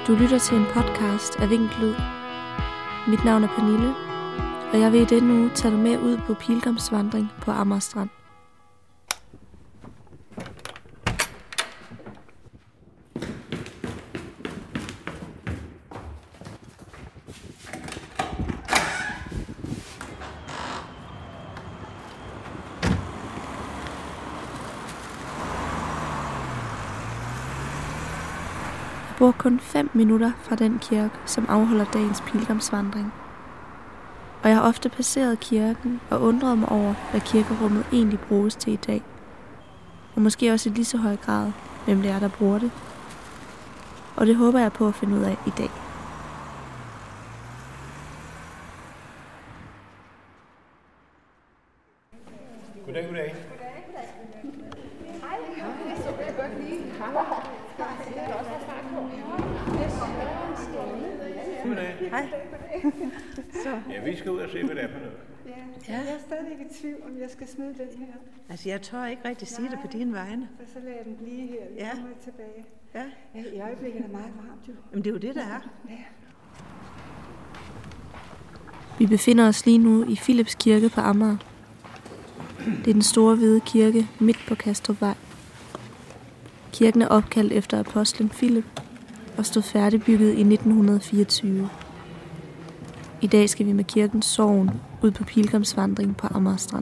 Du lytter til en podcast af Vinkelyd. Mit navn er Pernille, og jeg vil i denne uge tage dig med ud på pilgrimsvandring på Amager Strand. Jeg bor kun 5 minutter fra den kirke, som afholder dagens pilgrimsvandring. Og jeg har ofte passeret kirken og undret mig over, hvad kirkerummet egentlig bruges til i dag. Og måske også i lige så høj grad, hvem det er, der bruger det. Og det håber jeg på at finde ud af i dag. Goddag. Hej. Ja, vi skal ud og se, hvad det er for noget. Ja. Jeg er stadig i tvivl, om jeg skal smide den her. Altså, jeg tør ikke rigtig sige det på dine vegne. Så lader jeg den blive her. Vi kommer tilbage. Ja. I øjeblikket er det meget varmt, jo. Jamen, det er jo det, der er. Ja. Vi befinder os lige nu i Philips Kirke på Amager. Det er den store hvide kirke midt på Kastrupvej. Kirken er opkaldt efter apostlen Philip og stod færdigbygget i 1924. I dag skal vi med kirkens sogn ud på pilgrimsvandring på Amager Strand.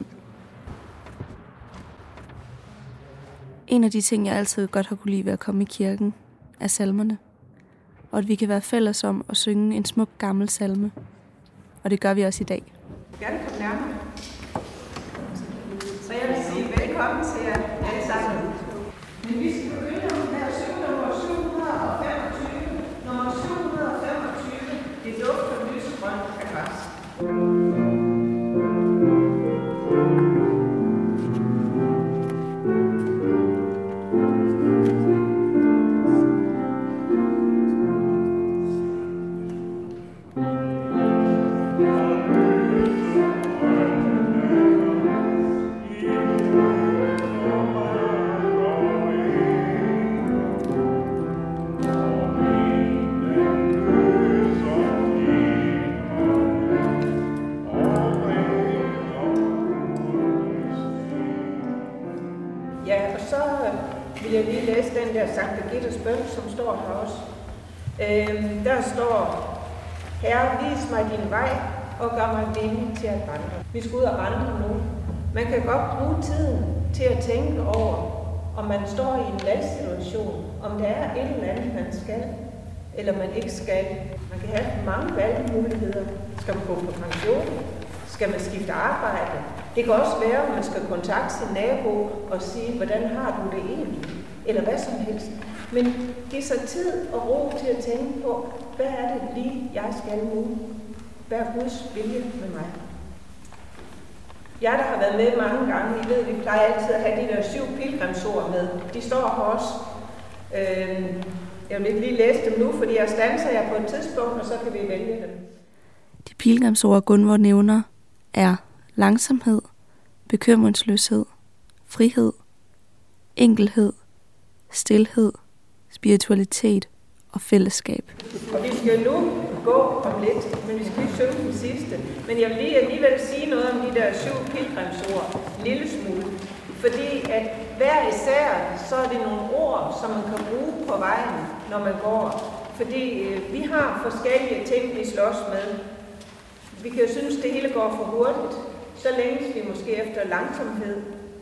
En af de ting, jeg altid godt har kunne lide ved at komme i kirken, er salmerne. Og at vi kan være fælles om at synge en smuk gammel salme. Og det gør vi også i dag. Gerne komme nærmere. Så jeg vil sige velkommen til jer alle sammen. Men vi skal begynde med at synge nummer 725. Nummer 725. Det dufter lysegrønt af græs. Ja, og så vil jeg lige læse den der Sankt Birgittes bøn, som står her også. Der står: Herre, vis mig din vej, og gør mig villig til at vandre. Vi skal ud og vandre nu. Man kan godt bruge tiden til at tænke over, om man står i en valgsituation, om der er et eller andet, man skal, eller man ikke skal. Man kan have mange valgmuligheder. Skal man gå på pension? Skal man skifte arbejde? Det kan også være, at man skal kontakte sin nabo og sige, hvordan har du det egentlig? Eller hvad som helst. Men giv sig tid og ro til at tænke på, hvad er det lige, jeg skal nu? Hvad er Guds vilje med mig? Jeg, der har været med mange gange, I ved, vi plejer altid at have de der 7 pilgrimsord med. De står her også. Jeg vil ikke lige læse dem nu, fordi jeg standser jer på et tidspunkt, og så kan vi vælge dem. De pilgrimsord, Gunvor nævner, er langsomhed, bekymringsløshed, frihed, enkelhed, stilhed, spiritualitet og fællesskab. Og vi skal nu gå om lidt, men vi skal lige synge den sidste. Men jeg vil lige alligevel sige noget om de der 7 pilgrimsord, en lille smule. Fordi at hver især, så er det nogle ord, som man kan bruge på vejen, når man går. Fordi vi har forskellige ting, vi slås med. Vi kan jo synes, at det hele går for hurtigt. Så længes vi måske efter langsomhed.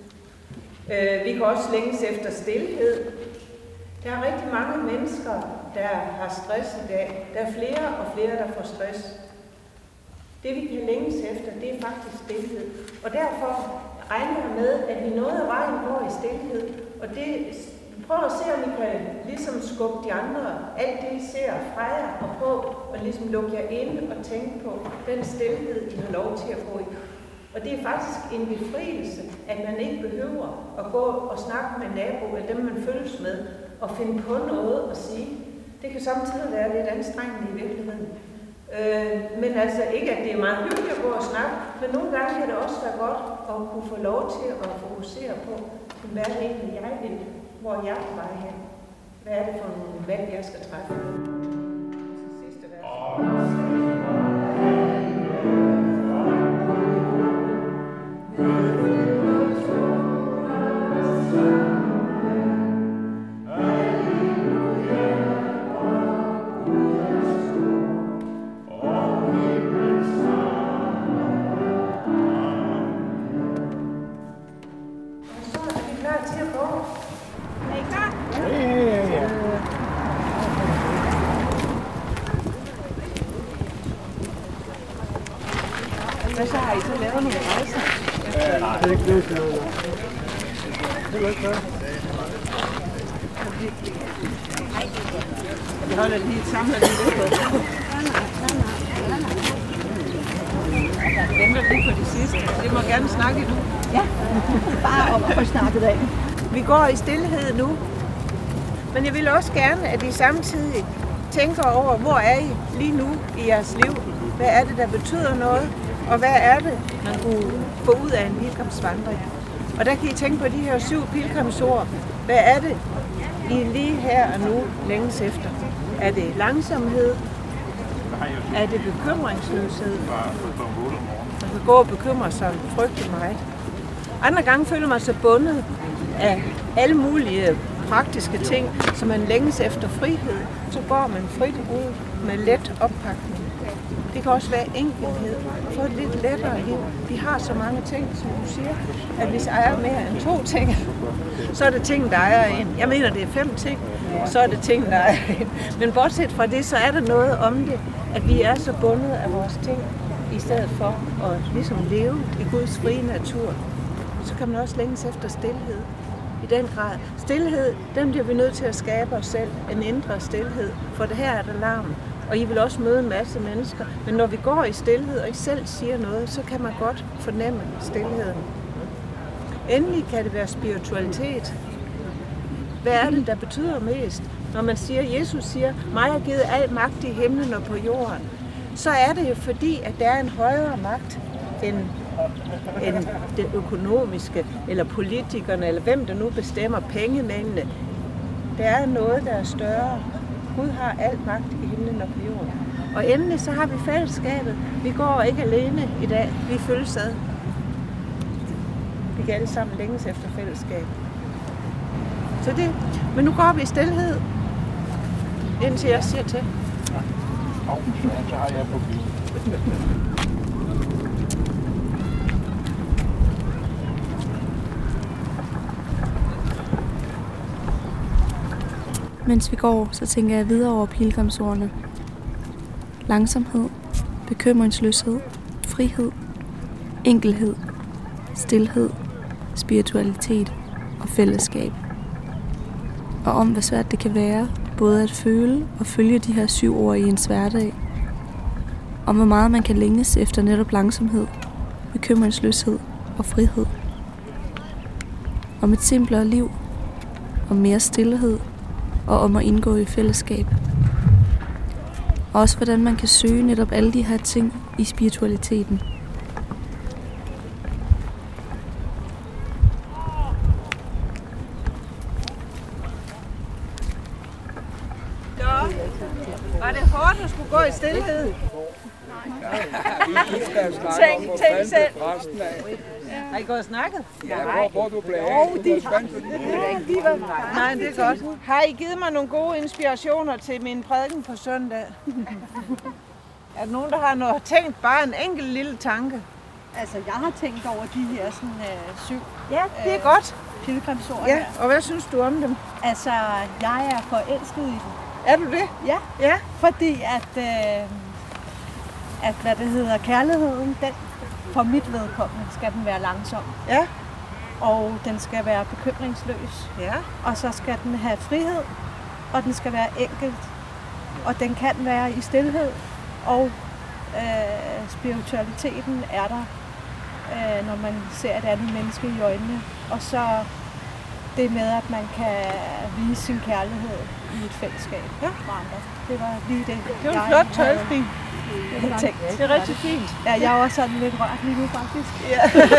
Vi kan også længes efter stilhed. Der er rigtig mange mennesker, der har stress i dag. Der er flere og flere, der får stress. Det vi kan længes efter, det er faktisk stilhed. Og derfor regner jeg med, at vi noget af vejen går i stilhed. Og det, prøv at se, om I kan ligesom skubbe de andre, alt det I ser fra jer, og prøv at ligesom lukke jer ind og tænke på den stilhed, I har lov til at gå i. Og det er faktisk en befrielse, at man ikke behøver at gå og snakke med naboer, eller dem man følges med, og finde på noget at sige. Det kan samtidig være lidt anstrengende i virkeligheden. Men altså ikke, at det er meget hyggeligt at gå og snakke, men nogle gange kan det også være godt at kunne få lov til at fokusere på, hvad er det egentlig, jeg vil, hvor jeg er på vej hen. Hvad er det for nogle valg, jeg skal træffe? I så lavet nogle rejser? Nej, det er ikke løst noget. Det er ikke noget. Vi holder lige samlet lige lidt på. Jeg venter lige på det sidste. Det må gerne snakke nu. Ja, bare om at få snakket af. Vi går i stillhed nu. Men jeg vil også gerne, at I samtidig tænker over, hvor er I lige nu i jeres liv? Hvad er det, der betyder noget? Og hvad er det, man kunne få ud af en pilgrimsvandring? Og der kan I tænke på de her 7 pilgrimsord. Hvad er det, I lige her og nu længes efter? Er det langsomhed? Er det bekymringsløshed? Man kan gå og bekymre sig frygtelig meget. Andre gange føler man sig bundet af alle mulige praktiske ting, så man længes efter frihed. Så går man frit ud med let oppakning. Det kan også være enkelhed. Få et lidt lettere liv. Vi har så mange ting, som du siger, at hvis jeg ejer mere end 2 ting, så er det ting, der ejer en. Jeg mener, det er 5 ting, så er det ting, der ejer en. Men bortset fra det, så er der noget om det, at vi er så bundet af vores ting, i stedet for at ligesom leve i Guds frie natur. Så kan man også længes efter stilhed. I den grad. Stilhed, den bliver vi nødt til at skabe os selv. En indre stilhed. For det her er der larm. Og I vil også møde en masse mennesker. Men når vi går i stilhed, og I selv siger noget, så kan man godt fornemme stilheden. Endelig kan det være spiritualitet. Hvad er det, der betyder mest? Når man siger, Jesus siger, mig har givet al magt i himlen og på jorden, så er det jo fordi, at der er en højere magt end det økonomiske, eller politikerne, eller hvem der nu bestemmer pengemændene. Der er noget, der er større. Gud har al magt i himlen og på jorden. Og endelig så har vi fællesskabet. Vi går ikke alene i dag. Vi følges ad. Vi kan alle sammen længes efter fællesskab. Så det. Men nu går vi i stilhed, indtil jeg siger til. Så har jeg problem. Mens vi går, så tænker jeg videre over pilgrimsordene. Langsomhed, bekymringsløshed, frihed, enkelhed, stilhed, spiritualitet og fællesskab. Og om hvad svært det kan være, både at føle og følge de her 7 ord i ens hverdag. Om hvor meget man kan længes efter netop langsomhed, bekymringsløshed og frihed. Om et simplere liv, om mere stillhed og om at indgå i fællesskab. Og også hvordan man kan søge netop alle de her ting i spiritualiteten. Var det hårdt at skulle gå i stillhed? Tænk selv. Har I gået og snakket? Ja, hvor du blev af. Nej, det er godt. Har I givet mig nogle gode inspirationer til min prædiken på søndag? Er der nogen, der har tænkt bare en enkelt lille tanke? Altså, jeg har tænkt over de her sådan, 7 Ja, det er godt. pilgrimsord. Ja, og hvad synes du om dem? Altså, jeg er forelsket i dem. Er du det? Ja, Ja. fordi at hvad det hedder, kærligheden, den for mit vedkommende skal den være langsom. Ja. Og den skal være bekymringsløs. Ja. Og så skal den have frihed, og den skal være enkelt. Og den kan være i stilhed, og spiritualiteten er der, når man ser et andet menneske i øjnene. Og så det med, at man kan vise sin kærlighed i et fællesskab med andre. Det var lige det. Det var en flot tolkning. Det er rigtig fint. Ja, jeg er også sådan lidt rørt lige nu, faktisk. Ja.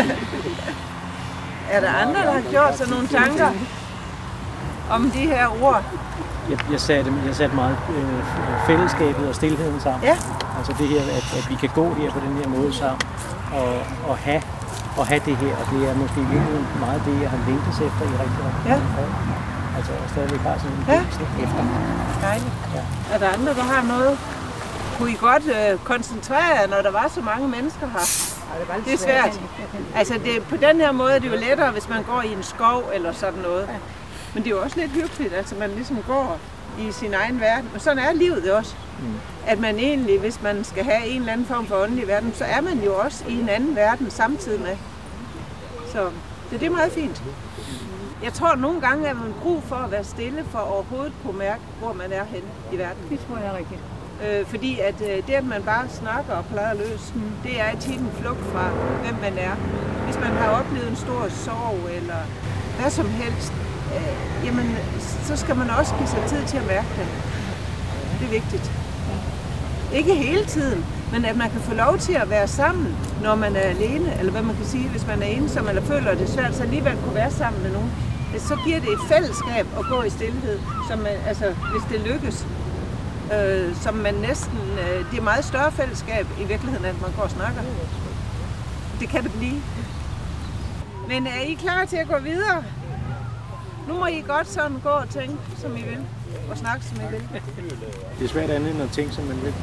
Er der andre, der har gjort sig nogle tanker om de her ord? Jeg satte meget fællesskabet og stilheden sammen. Ja. Altså det her, at vi kan gå her på den her måde sammen og have det her, og det er måske virkelig meget det, jeg har længtes efter i rigtig Ja. Altså stadigvæk har sådan en længsel efter. Dejligt. Ja. Er der andre, der har noget? Kunne I godt koncentrere jer, når der var så mange mennesker her? Det er svært. Altså på den her måde er det jo lettere, hvis man går i en skov eller sådan noget. Men det er jo også lidt hyggeligt, altså man ligesom går i sin egen verden. Og sådan er livet også. At man egentlig, hvis man skal have en eller anden form for åndelig verden, så er man jo også i en anden verden samtidig med. Så det er meget fint. Jeg tror nogle gange, at man brug for at være stille, for overhovedet kunne mærke, hvor man er henne i verden. Det tror jeg er rigtigt. Fordi at det, at man bare snakker og plejer løs, det er tit en flugt fra, hvem man er. Hvis man har oplevet en stor sorg eller hvad som helst, jamen, så skal man også give sig tid til at mærke det. Det er vigtigt. Ikke hele tiden, men at man kan få lov til at være sammen, når man er alene, eller hvad man kan sige, hvis man er ensom eller føler det svært, så alligevel kunne være sammen med nogen. Så giver det et fællesskab at gå i stilhed, som man, altså, hvis det lykkes. Som man næsten, det er meget større fællesskab i virkeligheden, end man går og snakker. Det kan det blive. Men er I klar til at gå videre? Nu må I godt sådan gå og tænke, som I vil, og snakke, som I vil. Det er svært andet end at tænke, som man vil.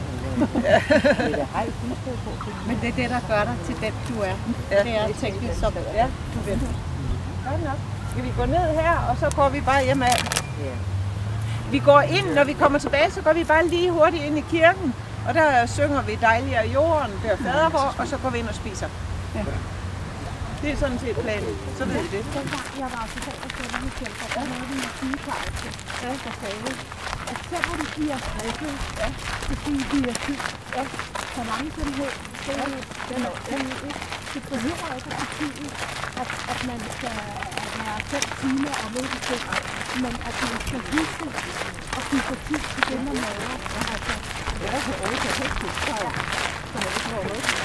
Men det er det, der gør dig til den, du er. Det er at tænke, som du vil. Godt nok. Skal vi gå ned her, og så går vi bare hjem af? Vi går ind, når vi kommer tilbage, så går vi bare lige hurtigt ind i kirken. Og der synger vi Dejlig er jorden, bør fadervor, og så går vi ind og spiser. Ja. Det er sådan set planen. Så ved I det. Jeg var også selv og sætte mig selv, og der havde vi en sygeplejerske, der sagde, at selv hvor de er stresset, fordi de er syg, så langsomhed, det behøver ikke at betyde, at man skal være 5 timer og ved det, men at man skal huske at give sig tid til det, man laver. Altså, det er så ikke hektisk, tror jeg. Så jeg ikke tror noget.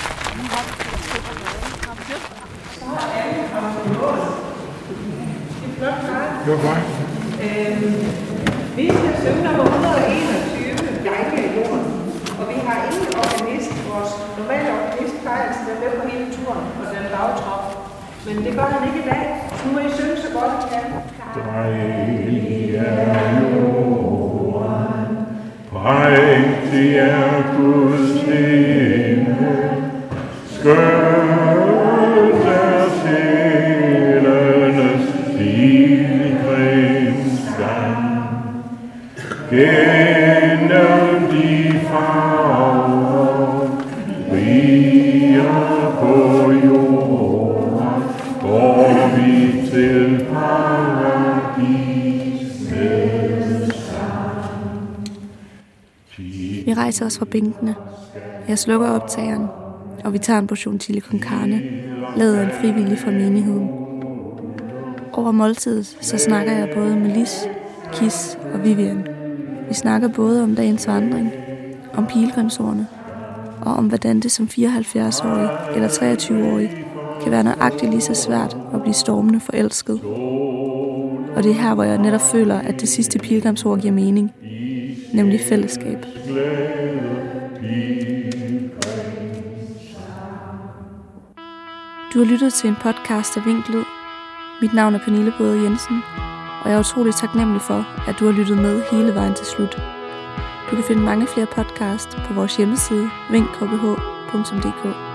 Det var godt. Vi skal synge nummer 121, Dejlig er jorden. Og vi har ingen organist. Vores normale organist plejer altså at være med på hele turen og den bagtrop. Men det gør han ikke i dag. Så nu må I synge så godt I kan. Dejlig er jorden, prægtig er Guds himmel, skønt er sjælenes pilgrimsgang. Gennem de farver, riger på jorden, går vi til paradis med sang. Vi rejser os fra bænkene. Jeg slukker optageren, og vi tager en portion chili con carne, lavet af en frivillig fra menigheden. Over måltidet så snakker jeg både med Lis, Kis og Vivian. Vi snakker både om dagens vandring, om pilgrimsordene, og om hvordan det som 74-årig eller 23-årig kan være nøjagtigt lige så svært at blive stormende forelsket. Og det er her, hvor jeg netop føler, at det sidste pilgrimsord giver mening, nemlig fællesskab. Du har lyttet til en podcast af Vinklet. Mit navn er Pernille Bøde Jensen, og jeg er utrolig taknemmelig for, at du har lyttet med hele vejen til slut. Du kan finde mange flere podcasts på vores hjemmeside vinkkbh.dk.